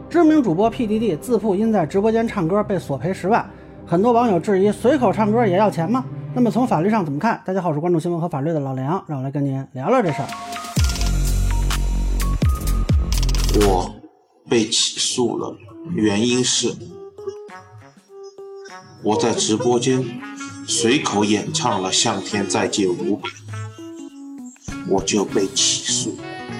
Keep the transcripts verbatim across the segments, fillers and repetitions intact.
知名主播 P D D 自曝因在直播间唱歌被索赔十万，很多网友质疑随口唱歌也要钱吗？那么从法律上怎么看？大家好，我是关注新闻和法律的老梁，让我来跟您聊聊这事儿。 我被起诉了，原因是我在直播间随口演唱了《向天再借五百》，我就被起诉，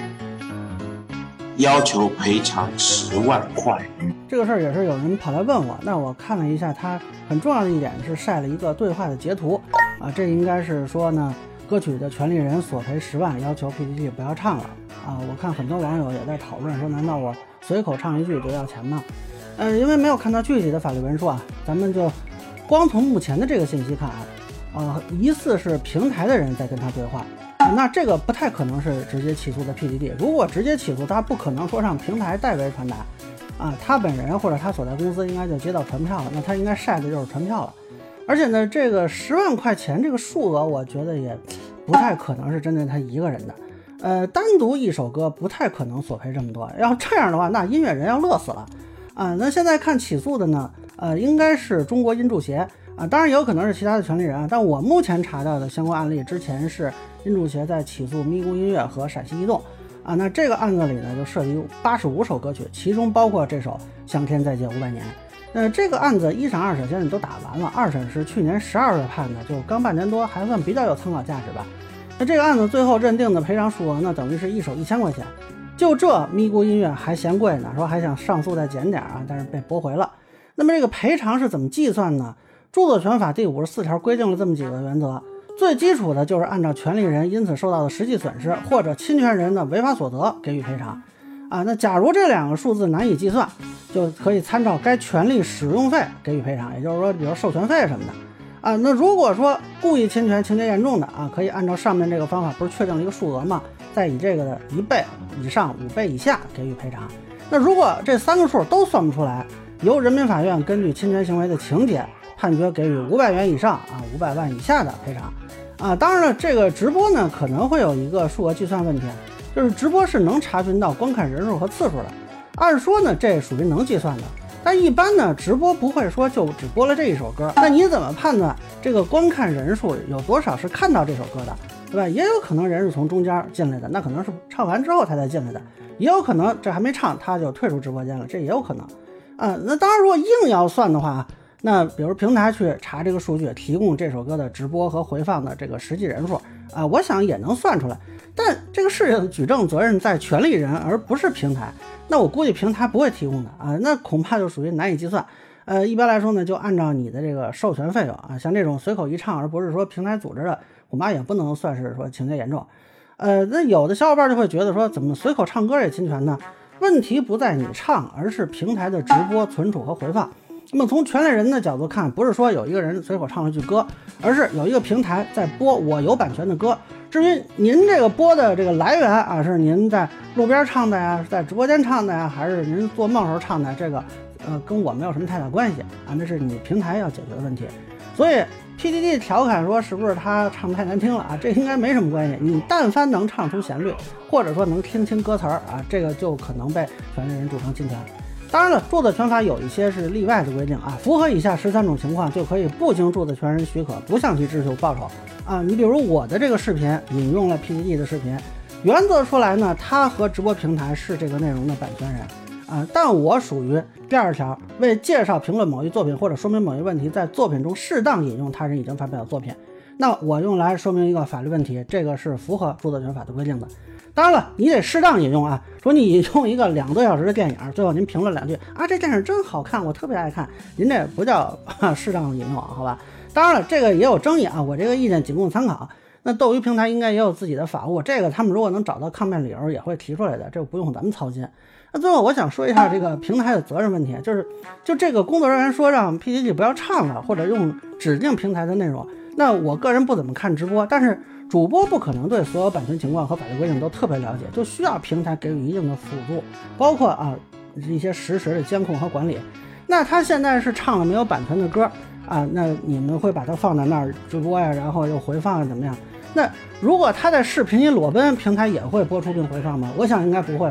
要求赔偿十万块。 这个事儿也是有人跑来问我，那我看了一下，他很重要的一点是晒了一个对话的截图啊，这应该是说呢，歌曲的权利人索赔十万，要求 P D D 不要唱了啊。我看很多网友也在讨论说，难道我随口唱一句就要钱吗？呃，因为没有看到具体的法律文书啊，咱们就光从目前的这个信息看啊，呃，疑似是平台的人在跟他对话。那这个不太可能是直接起诉的 P D D， 如果直接起诉他，不可能说让平台代为传达啊，他本人或者他所在公司应该就接到传票了，那他应该晒的就是传票了。而且呢，这个十万块钱这个数额，我觉得也不太可能是针对他一个人的。呃，单独一首歌不太可能索赔这么多，要这样的话，那音乐人要乐死了啊。那现在看起诉的呢，呃，应该是中国音著协啊，当然也有可能是其他的权利人啊，但我目前查到的相关案例，之前是音著协在起诉咪咕音乐和陕西移动啊。那这个案子里呢，就涉及八十五首歌曲，其中包括这首《向天再借五百年》。呃，这个案子一审、二审现在都打完了，二审是去年十二月判的，就刚半年多，还算比较有参考价值吧。那这个案子最后认定的赔偿数额呢，等于是一首一千块钱。就这咪咕音乐还嫌贵呢，说还想上诉再减点啊，但是被驳回了。那么这个赔偿是怎么计算呢？著作权法第五十四条规定了这么几个原则，最基础的就是按照权利人因此受到的实际损失或者侵权人的违法所得给予赔偿啊。那假如这两个数字难以计算，就可以参照该权利使用费给予赔偿，也就是说比如授权费什么的啊。那如果说故意侵权情节严重的啊，可以按照上面这个方法，不是确定了一个数额吗？再以这个的一倍以上五倍以下给予赔偿。那如果这三个数都算不出来，由人民法院根据侵权行为的情节判决给予五百元以上啊五百万以下的赔偿啊。当然了，这个直播呢可能会有一个数额计算问题，就是直播是能查询到观看人数和次数的，按说呢这属于能计算的，但一般呢直播不会说就只播了这一首歌，那你怎么判断这个观看人数有多少是看到这首歌的，对吧？也有可能人是从中间进来的，那可能是唱完之后他才进来的，也有可能这还没唱他就退出直播间了，这也有可能啊。那当然如果硬要算的话，那比如平台去查这个数据，提供这首歌的直播和回放的这个实际人数啊，我想也能算出来。但这个事情举证责任在权利人而不是平台，那我估计平台不会提供的啊，那恐怕就属于难以计算。呃，一般来说呢，就按照你的这个授权费用啊，像这种随口一唱而不是说平台组织的，恐怕也不能算是说情节严重。呃，那有的小伙伴就会觉得说，怎么随口唱歌也侵权呢？问题不在你唱，而是平台的直播、存储和回放。那么从权利人的角度看，不是说有一个人随口唱了句歌，而是有一个平台在播我有版权的歌。至于您这个播的这个来源啊，是您在路边唱的呀，是在直播间唱的呀，还是您做梦时候唱的，这个呃跟我没有什么太大关系啊，那是你平台要解决的问题。所以 P D D 调侃说是不是他唱太难听了啊，这应该没什么关系，你但凡能唱出旋律，或者说能听清歌词儿啊，这个就可能被权利人主张侵权。当然了，著作权法有一些是例外的规定啊，符合以下十三种情况就可以不经著作权人许可不向其支付报酬啊。你比如我的这个视频引用了 P D D 的视频，原则出来呢，它和直播平台是这个内容的版权人啊，但我属于第二条，为介绍评论某一作品或者说明某一问题，在作品中适当引用他人已经发表的作品，那我用来说明一个法律问题，这个是符合著作权法的规定的。当然了，你得适当引用啊，说你引用一个两个多小时的电影，最后您评论两句啊，这电影真好看，我特别爱看，您这不叫适当引用啊，好吧？当然了，这个也有争议啊，我这个意见仅供参考。那斗鱼平台应该也有自己的法务，这个他们如果能找到抗辩理由也会提出来的，这个不用咱们操心。那最后我想说一下这个平台的责任问题，就是就这个工作人员说让 P D D 不要唱了，或者用指定平台的内容，那我个人不怎么看直播，但是主播不可能对所有版权情况和法律规定都特别了解，就需要平台给予一定的辅助，包括啊一些实时的监控和管理。那他现在是唱了没有版权的歌啊，那你们会把它放在那儿直播呀，然后又回放怎么样？那如果他在视频里裸奔，平台也会播出并回放吗？我想应该不会吧。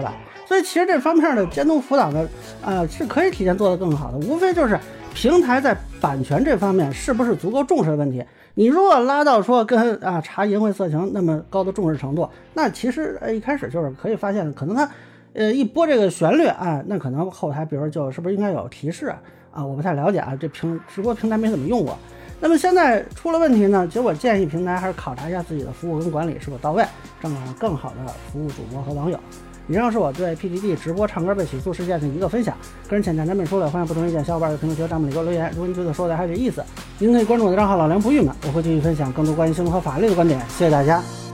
所以其实这方面的监督辅导呢，呃，是可以提前做得更好的，无非就是平台在版权这方面是不是足够重视的问题。你如果拉到说跟啊查淫秽色情那么高的重视程度，那其实呃一开始就是可以发现，可能它呃一播这个旋律啊，那可能后台比如就是不是应该有提示啊？啊我不太了解啊，这平直播平台没怎么用过。那么现在出了问题呢，其实我建议平台还是考察一下自己的服务跟管理是否到位，这么更好的服务主播和网友。以上是我对 P D D 直播唱歌被起诉事件的一个分享，个人浅见难免说了，欢迎不同意见小伙伴在评论区和弹幕里给我留言。如果你觉得说的还有点意思，您可以关注我的账号老梁不郁闷，我会继续分享更多关于新闻和法律的观点。谢谢大家。